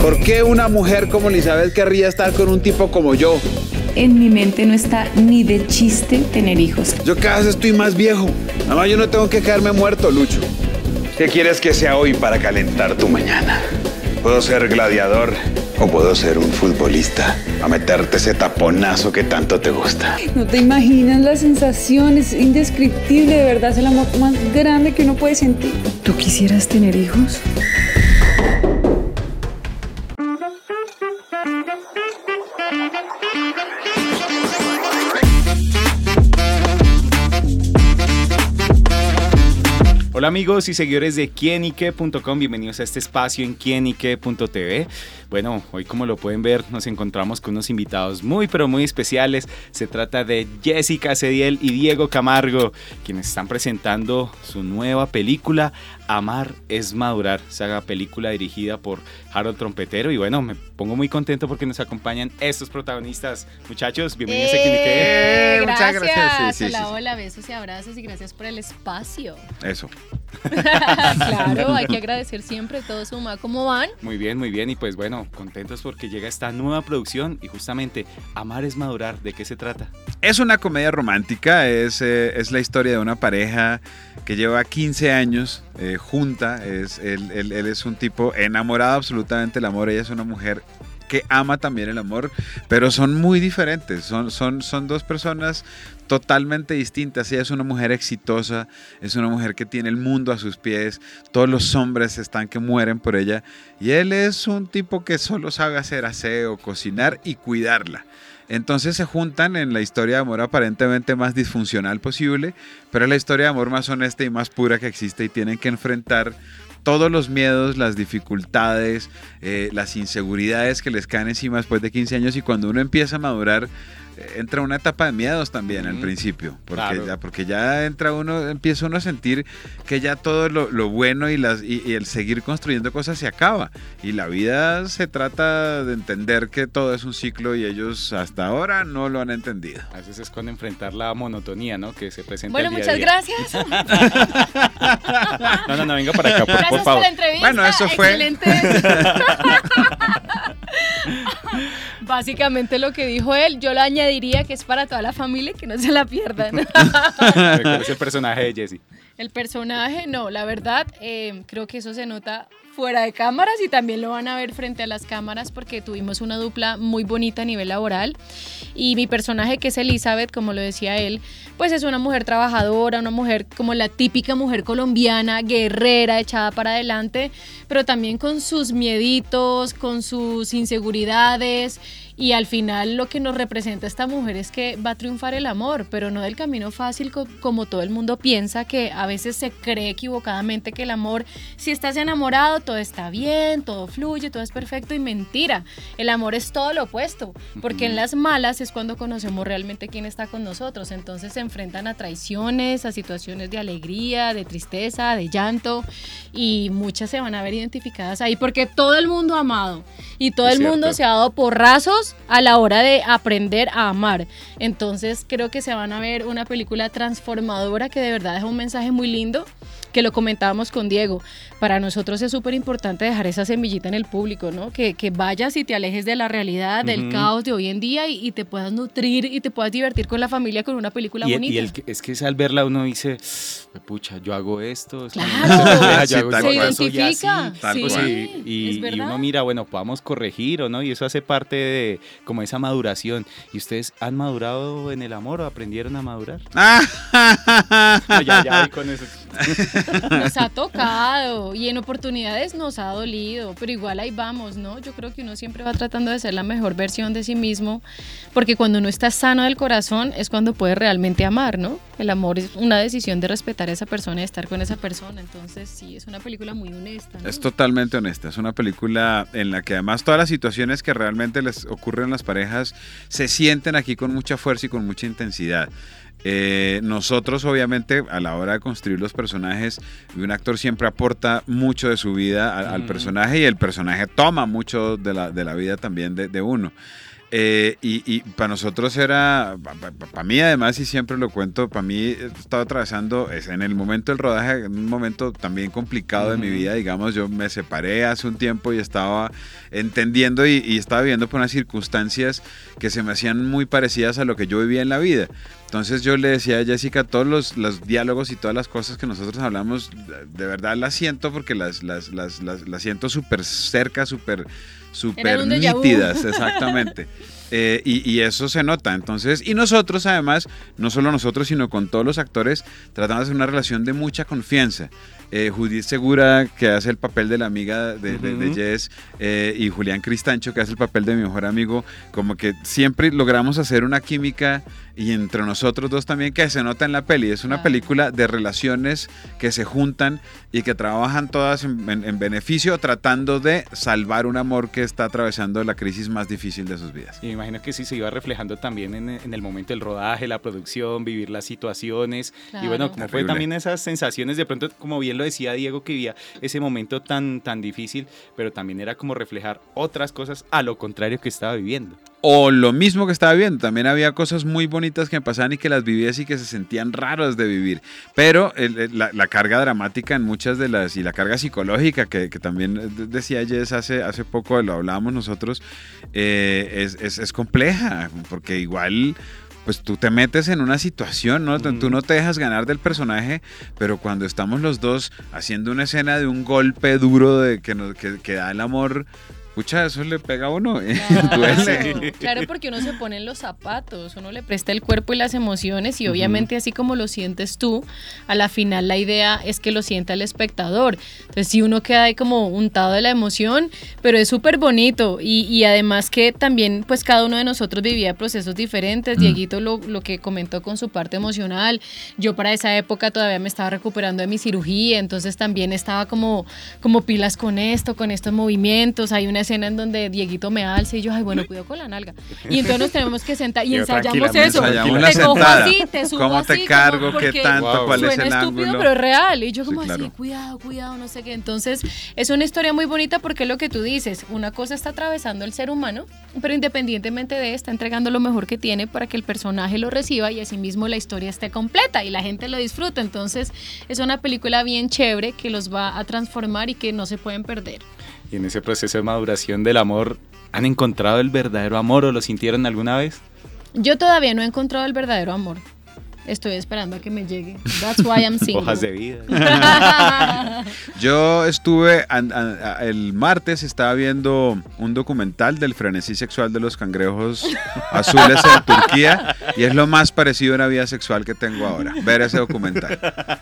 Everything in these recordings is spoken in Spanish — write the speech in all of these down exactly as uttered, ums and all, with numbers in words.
¿Por qué una mujer como Elizabeth querría estar con un tipo como yo? En mi mente no está ni de chiste tener hijos. Yo cada vez estoy más viejo. Mamá, yo no tengo que quedarme muerto, Lucho. ¿Qué quieres que sea hoy para calentar tu mañana? Puedo ser gladiador o puedo ser un futbolista a meterte ese taponazo que tanto te gusta. No te imaginas la sensación, es indescriptible, de verdad, es el amor más grande que uno puede sentir. ¿Tú quisieras tener hijos? Hola amigos y seguidores de quién y qué punto com, bienvenidos a este espacio en quién y qué punto t v. Bueno, hoy como lo pueden ver nos encontramos con unos invitados muy pero muy especiales. Se trata de Jessica Cediel y Diego Camargo, quienes están presentando su nueva película Amar es Madurar, saga película dirigida por Harold Trompetero. Y bueno, me pongo muy contento porque nos acompañan estos protagonistas. Muchachos, bienvenidos eh, a quién y qué. Eh, Muchas gracias. Sí, sí, hola, sí, hola, besos y abrazos y gracias por el espacio. Eso. Claro, hay que agradecer siempre, todo suma. ¿Cómo van? Muy bien, muy bien. Y pues bueno, contentos porque llega esta nueva producción y justamente Amar es Madurar. ¿De qué se trata? Es una comedia romántica, es, eh, es la historia de una pareja que lleva quince años eh, junta. Es, él, él, él es un tipo enamorado absolutamente del amor, ella es una mujer que ama también el amor, pero son muy diferentes, son, son, son dos personas totalmente distintas. Ella es una mujer exitosa, es una mujer que tiene el mundo a sus pies, todos los hombres están que mueren por ella, y él es un tipo que solo sabe hacer aseo, cocinar y cuidarla. Entonces se juntan en la historia de amor aparentemente más disfuncional posible, pero es la historia de amor más honesta y más pura que existe, y tienen que enfrentar todos los miedos, las dificultades, eh, las inseguridades que les caen encima después de quince años, y cuando uno empieza a madurar, eh, entra una etapa de miedos también mm, al principio, porque, claro. ya, porque ya entra uno, empieza uno a sentir que ya todo lo, lo bueno y, las, y, y el seguir construyendo cosas se acaba, y la vida se trata de entender que todo es un ciclo, y ellos hasta ahora no lo han entendido. A veces es cuando enfrentar la monotonía, ¿no?, que se presenta bueno, el día a día. Bueno, muchas gracias. no, no, no, venga para acá, por, gracias por favor. Por la entrevista. Bueno, eso fue. Excelente. Básicamente lo que dijo él, yo lo añadiría que es para toda la familia y que no se la pierdan. ¿Cuál es el personaje de Jessie? El personaje, no, la verdad, eh, creo que eso se nota fuera de cámaras y también lo van a ver frente a las cámaras porque tuvimos una dupla muy bonita a nivel laboral, y mi personaje, que es Elizabeth, como lo decía él, pues es una mujer trabajadora, una mujer como la típica mujer colombiana, guerrera, echada para adelante, pero también con sus mieditos, con sus inseguridades. Y al final lo que nos representa esta mujer es que va a triunfar el amor, pero no del camino fácil co- como todo el mundo piensa, que a veces se cree equivocadamente que el amor, si estás enamorado, todo está bien, todo fluye, todo es perfecto, y mentira. El amor es todo lo opuesto, porque en las malas es cuando conocemos realmente quién está con nosotros. Entonces se enfrentan a traiciones, a situaciones de alegría, de tristeza, de llanto, y muchas se van a ver identificadas ahí, porque todo el mundo ha amado y todo Es el cierto. mundo se ha dado porrazos a la hora de aprender a amar. Entonces creo que se van a ver una película transformadora que de verdad deja un mensaje muy lindo, que lo comentábamos con Diego. Para nosotros es súper importante dejar esa semillita en el público, ¿no? Que, que vayas y te alejes de la realidad, uh-huh. del caos de hoy en día, y, y te puedas nutrir y te puedas divertir con la familia con una película y, bonita. Y el, es que es al verla uno dice, pucha, yo hago esto, claro, yo hago se esto, identifica, así, tal sí, cual. Sí, y, y uno mira, bueno, podamos corregir o no, y eso hace parte de como esa maduración. ¿Y ustedes han madurado en el amor o aprendieron a madurar? no, ya, ya, ahí con eso. Nos ha tocado y en oportunidades nos ha dolido, pero igual ahí vamos, ¿no? Yo creo que uno siempre va tratando de ser la mejor versión de sí mismo, porque cuando uno está sano del corazón es cuando puede realmente amar, ¿no? El amor es una decisión de respetar a esa persona y estar con esa persona. Entonces sí, es una película muy honesta, ¿no? Es totalmente honesta, es una película en la que además todas las situaciones que realmente les ocurren a las parejas se sienten aquí con mucha fuerza y con mucha intensidad. Eh, nosotros obviamente a la hora de construir los personajes, un actor siempre aporta mucho de su vida al, al personaje, y el personaje toma mucho de la, de la vida también de, de uno. Eh, y, y para nosotros era, para pa, pa mí además, y siempre lo cuento, para mí estaba atravesando, en el momento del rodaje, un momento también complicado de uh-huh. mi vida, digamos, yo me separé hace un tiempo y estaba entendiendo y, y estaba viviendo por unas circunstancias que se me hacían muy parecidas a lo que yo vivía en la vida. Entonces yo le decía a Jessica, todos los, los diálogos y todas las cosas que nosotros hablamos, de verdad las siento porque las, las, las, las, las siento súper cerca, súper súper nítidas, exactamente. Eh, y, y eso se nota. Entonces, y nosotros además, no solo nosotros, sino con todos los actores, tratamos de hacer una relación de mucha confianza. Eh, Judith Segura, que hace el papel de la amiga de, uh-huh. de, de Jess, eh, y Julián Cristancho, que hace el papel de mi mejor amigo, como que siempre logramos hacer una química, y entre nosotros dos también, que se nota en la peli. Es una ah. película de relaciones que se juntan y que trabajan todas en, en, en beneficio, tratando de salvar un amor que está atravesando la crisis más difícil de sus vidas. Y me imagino que sí se iba reflejando también en, en el momento del rodaje, la producción, vivir las situaciones, claro. y bueno, como fue también esas sensaciones, de pronto, como bien lo decía Diego, que vivía ese momento tan, tan difícil, pero también era como reflejar otras cosas a lo contrario que estaba viviendo. O lo mismo que estaba viendo, también había cosas muy bonitas que me pasaban y que las vivías y que se sentían raras de vivir, pero el, la, la carga dramática en muchas de las, y la carga psicológica que, que también decía Jess hace, hace poco, lo hablábamos nosotros, eh, es, es, es compleja, porque igual pues tú te metes en una situación, ¿no? Mm. Tú no te dejas ganar del personaje, pero cuando estamos los dos haciendo una escena de un golpe duro de que, nos, que, que da el amor, escucha, eso le pega a uno, ¿eh? Claro, claro, porque uno se pone en los zapatos, uno le presta el cuerpo y las emociones y obviamente uh-huh. así como lo sientes tú, a la final la idea es que lo sienta el espectador. Entonces sí, uno queda ahí como untado de la emoción, pero es súper bonito y, y además que también pues cada uno de nosotros vivía procesos diferentes. Uh-huh. Dieguito lo, lo que comentó con su parte emocional, yo para esa época todavía me estaba recuperando de mi cirugía, entonces también estaba como, como pilas con esto, con estos movimientos. Hay una escena en donde Dieguito me alza y yo, ay, bueno, cuidado con la nalga. Y entonces nos tenemos que sentar y ensayamos eso. Ensayamos te cojo sentada. Así, te subo ¿Cómo así. te cargo? ¿Qué tanto? Wow. ¿Cuál es el estúpido, ángulo? Pero es real. Y yo como sí, claro. así, cuidado, cuidado, no sé qué. Entonces, es una historia muy bonita porque es lo que tú dices. Una cosa está atravesando el ser humano, pero independientemente de, está entregando lo mejor que tiene para que el personaje lo reciba y asimismo la historia esté completa y la gente lo disfruta. Entonces, es una película bien chévere que los va a transformar y que no se pueden perder. Y en ese proceso de maduración del amor, ¿han encontrado el verdadero amor o lo sintieron alguna vez? Yo todavía no he encontrado el verdadero amor. Estoy esperando a que me llegue. That's why I'm single. Hojas de vida. Yo estuve, an, an, el martes estaba viendo un documental del frenesí sexual de los cangrejos azules en Turquía y es lo más parecido a una vida sexual que tengo ahora, ver ese documental.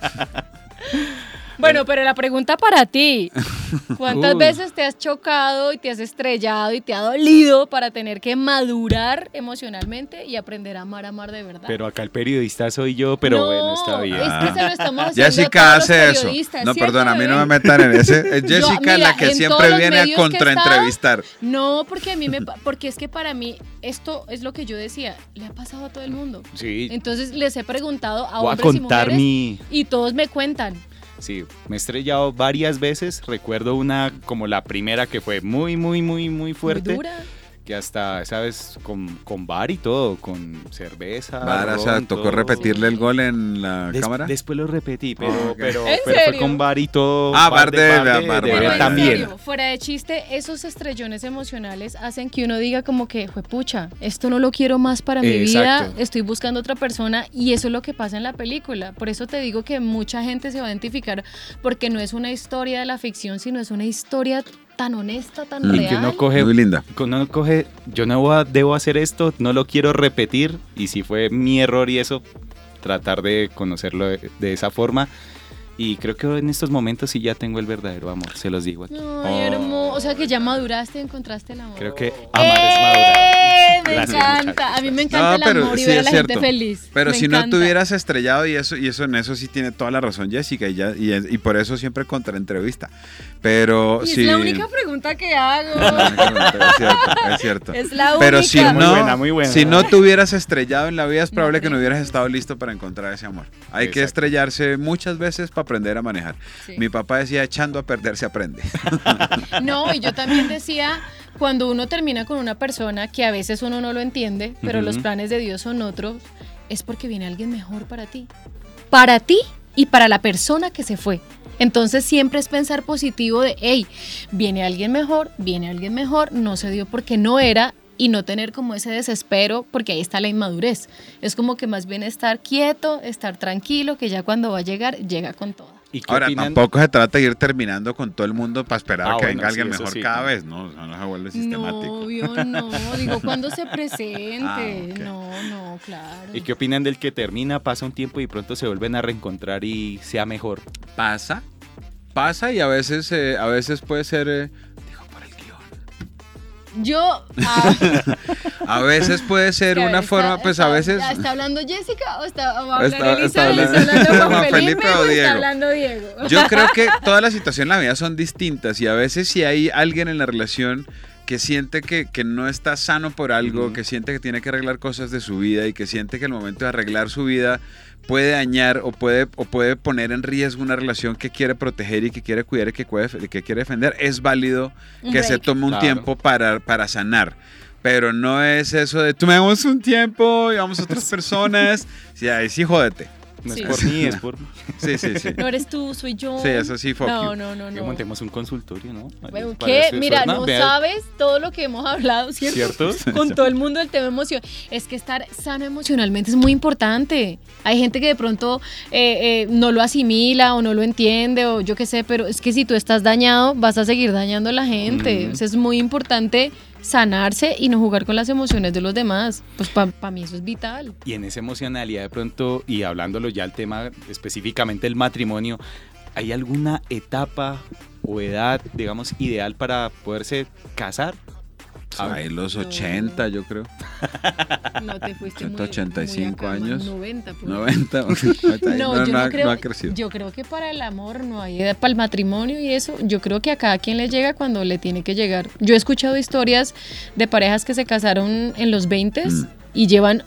Bueno, pero la pregunta para ti, ¿cuántas Uy. veces te has chocado y te has estrellado y te ha dolido para tener que madurar emocionalmente y aprender a amar, amar de verdad? Pero acá el periodista soy yo, pero no, bueno, está bien. Es que se lo estamos haciendo Jessica a todos hace los eso. No, ¿cierto, perdón, a mí no bebé? me metan en ese. Es Jessica yo, mira, la que siempre viene a contraentrevistar. No, porque a mí me porque es que para mí esto es lo que yo decía, le ha pasado a todo el mundo. Sí. Entonces les he preguntado a Voy hombres a contar y mujeres mi... y todos me cuentan. Sí, me he estrellado varias veces, recuerdo una como la primera que fue muy, muy, muy, muy fuerte. Muy dura. Que hasta, ¿sabes? Con, con bar y todo, con cerveza. Bar, ron, o sea, ¿tocó todo. repetirle el gol en la Des, cámara? Después lo repetí, pero, oh, okay. pero, ¿En pero serio? fue con bar y todo. Ah, bar, bar de, de, bar, de, bar, de, bar, de bar, también. Serio, fuera de chiste, esos estrellones emocionales hacen que uno diga como que, juepucha, esto no lo quiero más para mi Exacto. vida, estoy buscando otra persona y eso es lo que pasa en la película. Por eso te digo que mucha gente se va a identificar porque no es una historia de la ficción, sino es una historia tan honesta, tan y real. Que uno coge, muy linda. Que uno coge, yo no voy a, debo hacer esto, no lo quiero repetir y si fue mi error y eso, tratar de conocerlo de, de esa forma. Y creo que en estos momentos sí ya tengo el verdadero amor, se los digo aquí. Ay, oh. hermoso. O sea que ya maduraste y encontraste el amor. Creo que amar ¡Eh! es madurar. Me Gracias, encanta. muchachos. A mí me encanta no, el amor sí y ver a la cierto. gente feliz. Pero me si encanta. no te hubieras estrellado y eso, y eso en eso sí tiene toda la razón Jessica y, ya, y, y por eso siempre contra entrevista. Pero y si... es la única pregunta que hago. Es cierto, es cierto. Es la única. Pero si no, muy buena, muy buena. si no te hubieras estrellado en la vida, es probable no, que no hubieras estado listo para encontrar ese amor. Hay Exacto. que estrellarse muchas veces para aprender a manejar. Sí. Mi papá decía, echando a perder se aprende. No, y yo también decía, cuando uno termina con una persona que a veces uno no lo entiende, pero uh-huh. los planes de Dios son otros, es porque viene alguien mejor para ti. Para ti y para la persona que se fue. Entonces siempre es pensar positivo de, hey, viene alguien mejor, viene alguien mejor, no se dio porque no era, y no tener como ese desespero, porque ahí está la inmadurez. Es como que más bien estar quieto, estar tranquilo, que ya cuando va a llegar, llega con todo. Ahora, opinan? Tampoco se trata de ir terminando con todo el mundo para esperar ah, a que bueno, venga alguien sí, mejor sí. cada vez, ¿no? O sea, no se vuelve sistemático. No, obvio, no, digo, cuando se presente, ah, okay. no, no, claro. ¿Y qué opinan del que termina, pasa un tiempo y pronto se vuelven a reencontrar y sea mejor? Pasa, pasa y a veces, eh, a veces puede ser... Eh, Yo... Ah, a veces puede ser una está, forma, pues está, a veces... ¿Está hablando Jessica o está, o hablar está, Elisa, está hablando, ¿está hablando Juan Felipe, Felipe o Diego? Está hablando Diego. Yo creo que toda la situación en la vida son distintas y a veces si hay alguien en la relación que siente que, que no está sano por algo, uh-huh. que siente que tiene que arreglar cosas de su vida y que siente que el momento de arreglar su vida puede dañar o puede, o puede poner en riesgo una relación que quiere proteger y que quiere cuidar y que, puede, que quiere defender, es válido un que break. Se tome un claro. tiempo para, para sanar. Pero no es eso de tomemos un tiempo y vamos a otras personas. Sí, ahí sí jódete. No sí. es por mí, es por mí. Sí, sí, sí. No eres tú, soy yo. Sí, eso sí, fuck No, you. no, no, no. Que montemos un consultorio, ¿no? Bueno, ¿qué? Mira, no Vea. sabes todo lo que hemos hablado, ¿cierto? ¿Cierto? Con todo el mundo del tema emoción. Es que estar sano emocionalmente es muy importante. Hay gente que de pronto eh, eh, no lo asimila o no lo entiende o yo qué sé, pero es que si tú estás dañado, vas a seguir dañando a la gente. Mm. O sea, es muy importante sanarse y no jugar con las emociones de los demás. Pues para pa mí eso es vital. Y en esa emocionalidad de pronto, y hablándolo ya el tema específicamente del matrimonio, ¿hay alguna etapa o edad, digamos, ideal para poderse casar? A ver, los ochenta, yo creo. No te fuiste ochenta, ochenta y cinco muy acá, años. noventa. Pues. noventa. No, no, yo no, no ha, creo, no ha crecido. Yo creo que para el amor no hay edad, para el matrimonio y eso, yo creo que a cada quien le llega cuando le tiene que llegar. Yo he escuchado historias de parejas que se casaron en los veinte mm. y llevan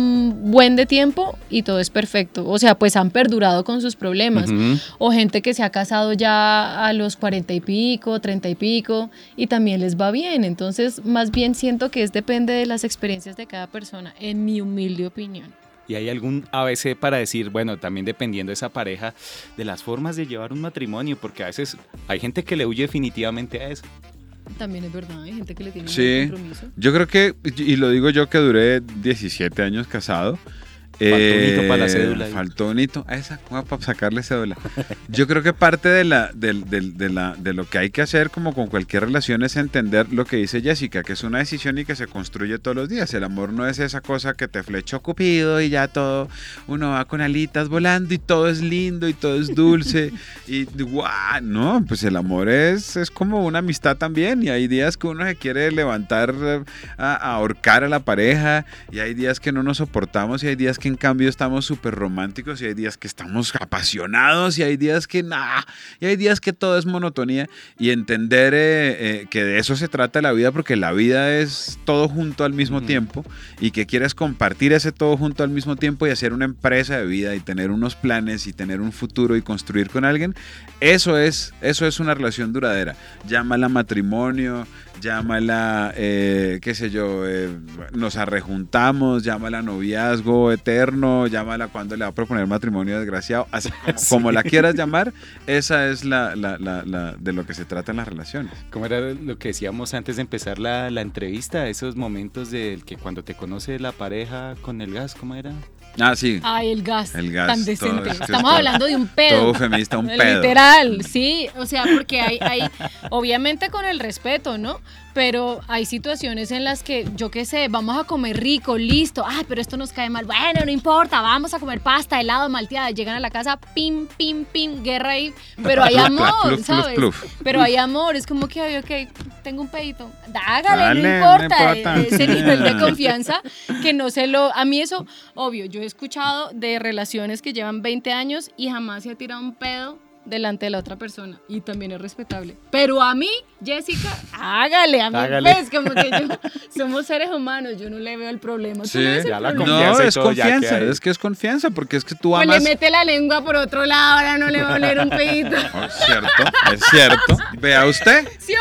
un buen de tiempo y todo es perfecto. O sea, pues han perdurado con sus problemas. Uh-huh. O gente que se ha casado ya a los cuarenta y pico, treinta y pico y también les va bien. Entonces, más bien siento que es depende de las experiencias de cada persona, en mi humilde opinión. ¿Y hay algún A B C para decir, bueno, también dependiendo de esa pareja, de las formas de llevar un matrimonio? Porque a veces hay gente que le huye definitivamente a eso. También es verdad, hay gente que le tiene sí, un compromiso. Yo creo que, y lo digo yo que duré diecisiete años casado. Faltó eh, un hito para la cédula. Faltó un hito. Esa, para sacarle cédula. Yo creo que parte de, la, de, de, de, la, de lo que hay que hacer, como con cualquier relación, es entender lo que dice Jessica, que es una decisión y que se construye todos los días. El amor no es esa cosa que te flechó Cupido y ya todo, uno va con alitas volando y todo es lindo y todo es dulce. y guau, no, pues el amor es, es como una amistad también. Y hay días que uno se quiere levantar a, a ahorcar a la pareja y hay días que no nos soportamos y hay días que en cambio estamos súper románticos y hay días que estamos apasionados y hay días que nada, y hay días que todo es monotonía y entender eh, eh, que de eso se trata la vida, porque la vida es todo junto al mismo uh-huh. tiempo y que quieres compartir ese todo junto al mismo tiempo y hacer una empresa de vida y tener unos planes y tener un futuro y construir con alguien, eso es, eso es una relación duradera. Llámala matrimonio, llámala, eh, qué sé yo, eh, nos arrejuntamos, llámala noviazgo eterno, llámala cuando le va a proponer matrimonio desgraciado, así como, sí. como la quieras llamar, esa es la, la, la, la de lo que se trata en las relaciones. ¿Cómo era lo que decíamos antes de empezar la, la entrevista? Esos momentos del que cuando te conoce la pareja con el gas, ¿cómo era? Ah, sí. Ay, el gas. El gas. Tan decente. Todo, Estamos todo, hablando de un pedo. Todo feminista, un pedo. Literal, sí. O sea, porque hay, hay, obviamente con el respeto, ¿no? Pero hay situaciones en las que, yo qué sé, vamos a comer rico, listo. Ay, pero esto nos cae mal. Bueno, no importa, vamos a comer pasta, helado, malteada. Llegan a la casa, pim, pim, pim, guerra ahí. Pero hay amor, pluf, ¿sabes? Pluf, pluf. Pero hay amor. Es como que, ok, tengo un pedito. Hágale, Dale, no importa. No importa. Ese nivel de confianza que no se lo... A mí eso, obvio, yo he escuchado de relaciones que llevan veinte años y jamás se ha tirado un pedo delante de la otra persona y también es respetable, pero a mí, Jessica, hágale, a mí hágale. Ves como que yo, somos seres humanos, yo no le veo el problema. Sí, ¿Tú le ves ya el la problema? confianza no, es confianza, que es que es confianza, porque es que tú amas. Pues le mete la lengua por otro lado, ahora no le va a oler un pedito. Oh, es cierto, es cierto. Vea usted. ¿Sí o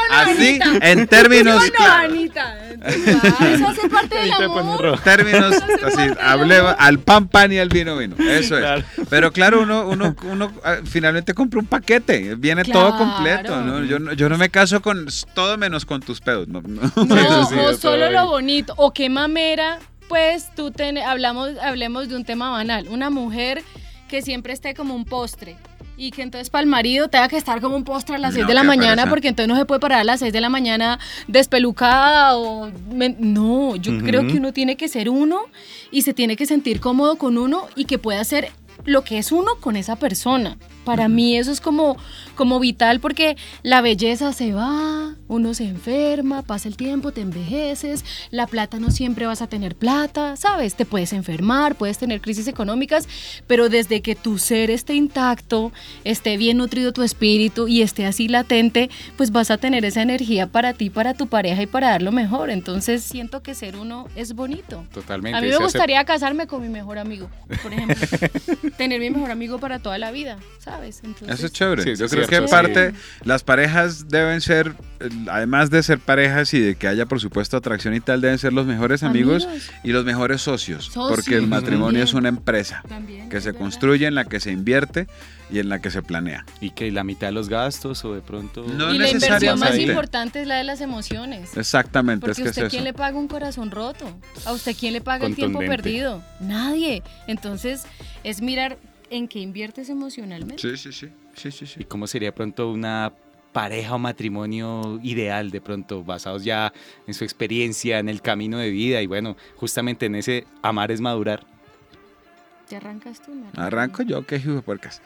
Así, en términos ¿Sí o no, claros. Anita? Ah, eso hace parte del Ahí te pones amor. rojo. Términos Eso hace así, parte del hablé amor. al pan pan y al vino vino. Eso es. Claro. Pero claro, uno, uno, uno ah, finalmente compra un paquete, viene Claro. todo completo. ¿no? Yo, no- yo no me caso con todo menos con tus pedos. No, no. No, Eso sí, o yo solo todavía. lo bonito, o qué mamera, pues tú ten, hablamos, hablemos de un tema banal, una mujer que siempre esté como un postre y que entonces para el marido tenga que estar como un postre a las seis No, de la qué mañana pereza. porque entonces no se puede parar a las seis de la mañana despelucada o... me- no, yo Ujú. creo que uno tiene que ser uno y se tiene que sentir cómodo con uno y que pueda hacer lo que es uno con esa persona. Para mí eso es como, como vital porque la belleza se va, uno se enferma, pasa el tiempo, te envejeces, la plata no siempre vas a tener plata, ¿sabes? Te puedes enfermar, puedes tener crisis económicas, pero desde que tu ser esté intacto, esté bien nutrido tu espíritu y esté así latente, pues vas a tener esa energía para ti, para tu pareja y para dar lo mejor. Entonces siento que ser uno es bonito. Totalmente. A mí se me hace- gustaría casarme con mi mejor amigo, por ejemplo. Tener mi mejor amigo para toda la vida, ¿sabes? Entonces, Eso es chévere. Sí, eso Yo es creo cierto, que sí. parte, las parejas deben ser, eh, además de ser parejas y de que haya por supuesto atracción y tal, deben ser los mejores amigos, Amigos. y los mejores socios, Socios, porque el matrimonio también. es una empresa También, que es se verdad. construye, en la que se invierte y en la que se planea. Y que la mitad de los gastos o de pronto... No Y la inversión más necesariamente. importante es la de las emociones. Exactamente, Porque es que es usted eso. quién le paga un corazón roto, a usted quién le paga el tiempo Contundente. perdido, nadie. Entonces es mirar en qué inviertes emocionalmente. Sí, sí, sí, sí, sí, ¿Y sí. cómo sería de pronto una pareja o matrimonio ideal de pronto, basados ya en su experiencia, en el camino de vida y bueno, justamente en ese amar es madurar? ¿Te arrancas tú? Me arranco Arranco yo, qué hijo de puercas.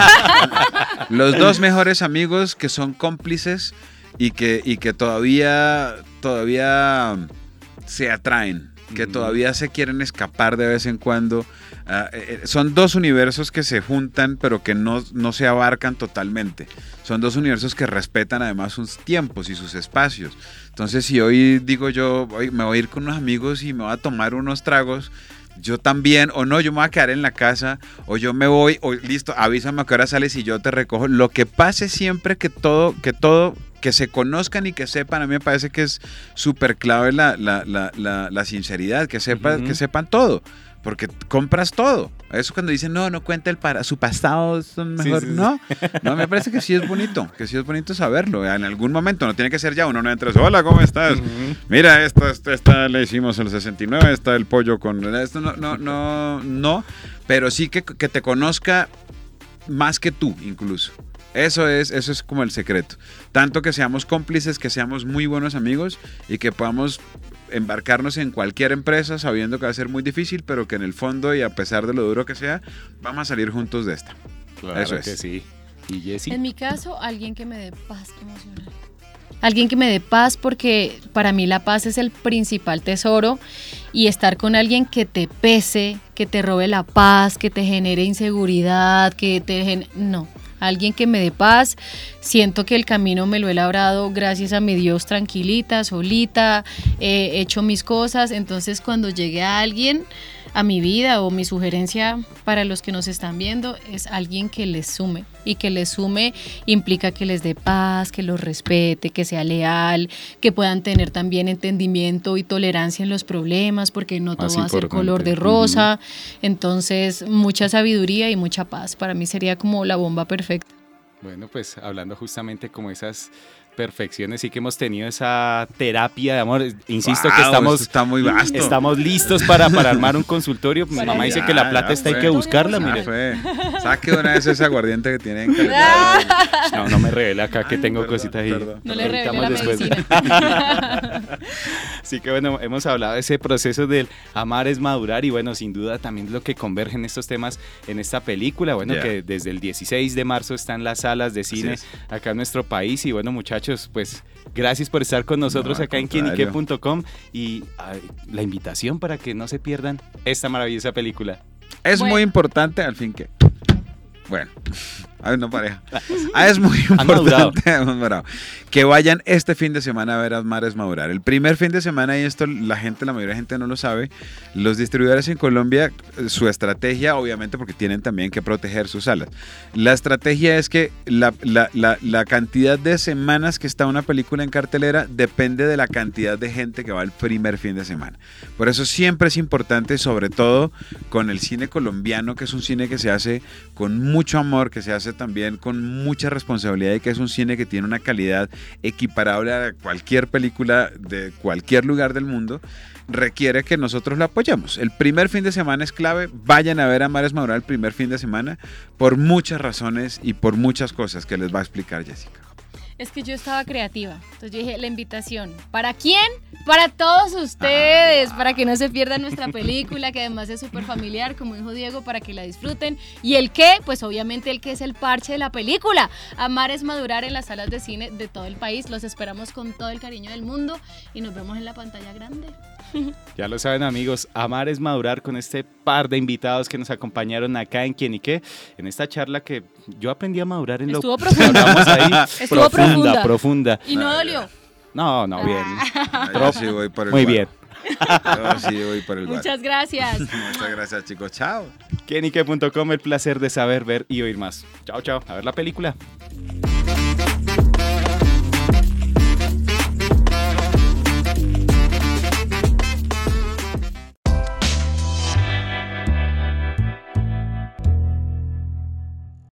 Los dos mejores amigos que son cómplices y que, y que todavía, todavía se atraen, que Ujú. todavía se quieren escapar de vez en cuando. Ah, eh, son dos universos que se juntan, pero que no, no se abarcan totalmente. Son dos universos que respetan además sus tiempos y sus espacios. Entonces, si hoy digo yo, hoy me voy a ir con unos amigos y me voy a tomar unos tragos, yo también, o no, yo me voy a quedar en la casa, o yo me voy, o listo, avísame a qué hora sales y yo te recojo. Lo que pase siempre que todo, que todo, que se conozcan y que sepan, a mí me parece que es súper clave la, la, la, la, la sinceridad, que, sepa, Ujú. que sepan todo. Porque compras todo. Eso cuando dicen, no, no cuenta el para su pasado, son Sí, mejor. sí, sí. No, no, me parece que sí es bonito, que sí es bonito saberlo. En algún momento, no tiene que ser ya, uno no entra, hola, ¿cómo estás? Ujú. Mira, esta, esta, esta le hicimos el sesenta y nueve, está el pollo con... Esto no, no, no, no, pero sí que, que te conozca más que tú, incluso. Eso es, eso es como el secreto. Tanto que seamos cómplices, que seamos muy buenos amigos y que podamos embarcarnos en cualquier empresa sabiendo que va a ser muy difícil, pero que en el fondo y a pesar de lo duro que sea, vamos a salir juntos de esta. Claro Eso que es. sí. ¿Y Jessy? En mi caso, alguien que me dé paz emocional. Alguien que me dé paz porque para mí la paz es el principal tesoro y estar con alguien que te pese, que te robe la paz, que te genere inseguridad, que te gen... no. Alguien que me dé paz, siento que el camino me lo he labrado gracias a mi Dios tranquilita, solita, eh, he hecho mis cosas, entonces cuando llegue a alguien a mi vida o mi sugerencia para los que nos están viendo es alguien que les sume y que les sume implica que les dé paz, que los respete, que sea leal, que puedan tener también entendimiento y tolerancia en los problemas porque no todo Más va a ser importante. color de rosa, entonces mucha sabiduría y mucha paz, para mí sería como la bomba perfecta. Bueno, pues hablando justamente como esas perfecciones, sí que hemos tenido esa terapia de amor. Insisto que Wow, estamos, esto está muy vasto. estamos listos para, para armar un consultorio. Mi Para mamá ya, dice que la plata ya está, hay fue. que buscarla, Ya mire. fue. Saque una vez ese aguardiente que tiene en calidad. No, no me revela acá que Ay, tengo perdón, cositas ahí. perdón. No le revele Editamos la después. medicina. Así que bueno, hemos hablado de ese proceso del amar es madurar y bueno, sin duda también lo que convergen estos temas en esta película, bueno, Yeah. que desde el dieciséis de marzo está en las salas de cine es. acá en nuestro país y bueno, muchachos, pues gracias por estar con nosotros No, al acá en contrario. quienique punto com y ay, la invitación para que no se pierdan esta maravillosa película. Es Bueno. muy importante, al fin que... Bueno, Hay una pareja. Ah, es muy Han madurado. importante hemos madurado, que vayan este fin de semana a ver a Mares madurar. El primer fin de semana, y esto la gente, la mayoría de gente no lo sabe, los distribuidores en Colombia, su estrategia, obviamente porque tienen también que proteger sus salas. La estrategia es que la, la, la, la cantidad de semanas que está una película en cartelera depende de la cantidad de gente que va el primer fin de semana. Por eso siempre es importante, sobre todo con el cine colombiano, que es un cine que se hace con mucho amor, que se hace también con mucha responsabilidad y que es un cine que tiene una calidad equiparable a cualquier película de cualquier lugar del mundo, requiere que nosotros la apoyemos. El primer fin de semana es clave, vayan a ver a Mares madurar el primer fin de semana por muchas razones y por muchas cosas que les va a explicar Jessica. Es que yo estaba creativa, entonces yo dije, la invitación, ¿para quién? Para todos ustedes, ah, para que no se pierdan nuestra película, que además es súper familiar, como dijo Diego, para que la disfruten. ¿Y el qué? Pues obviamente el que es el parche de la película. Amar es madurar en las salas de cine de todo el país, los esperamos con todo el cariño del mundo y nos vemos en la pantalla grande. Ya lo saben, amigos, amar es madurar con este par de invitados que nos acompañaron acá en Quién y Qué, en esta charla que yo aprendí a madurar en Estuvo lo profunda. que hablamos ahí. Estuvo profunda, profunda. profunda. Y no dolió. No, no, bien. Yo sí voy por el Muy bar. bien. Yo sí voy por el bar. Muchas gracias. Muchas gracias, chicos. Chao. quién y qué punto com, el placer de saber, ver y oír más. Chao, chao. A ver la película.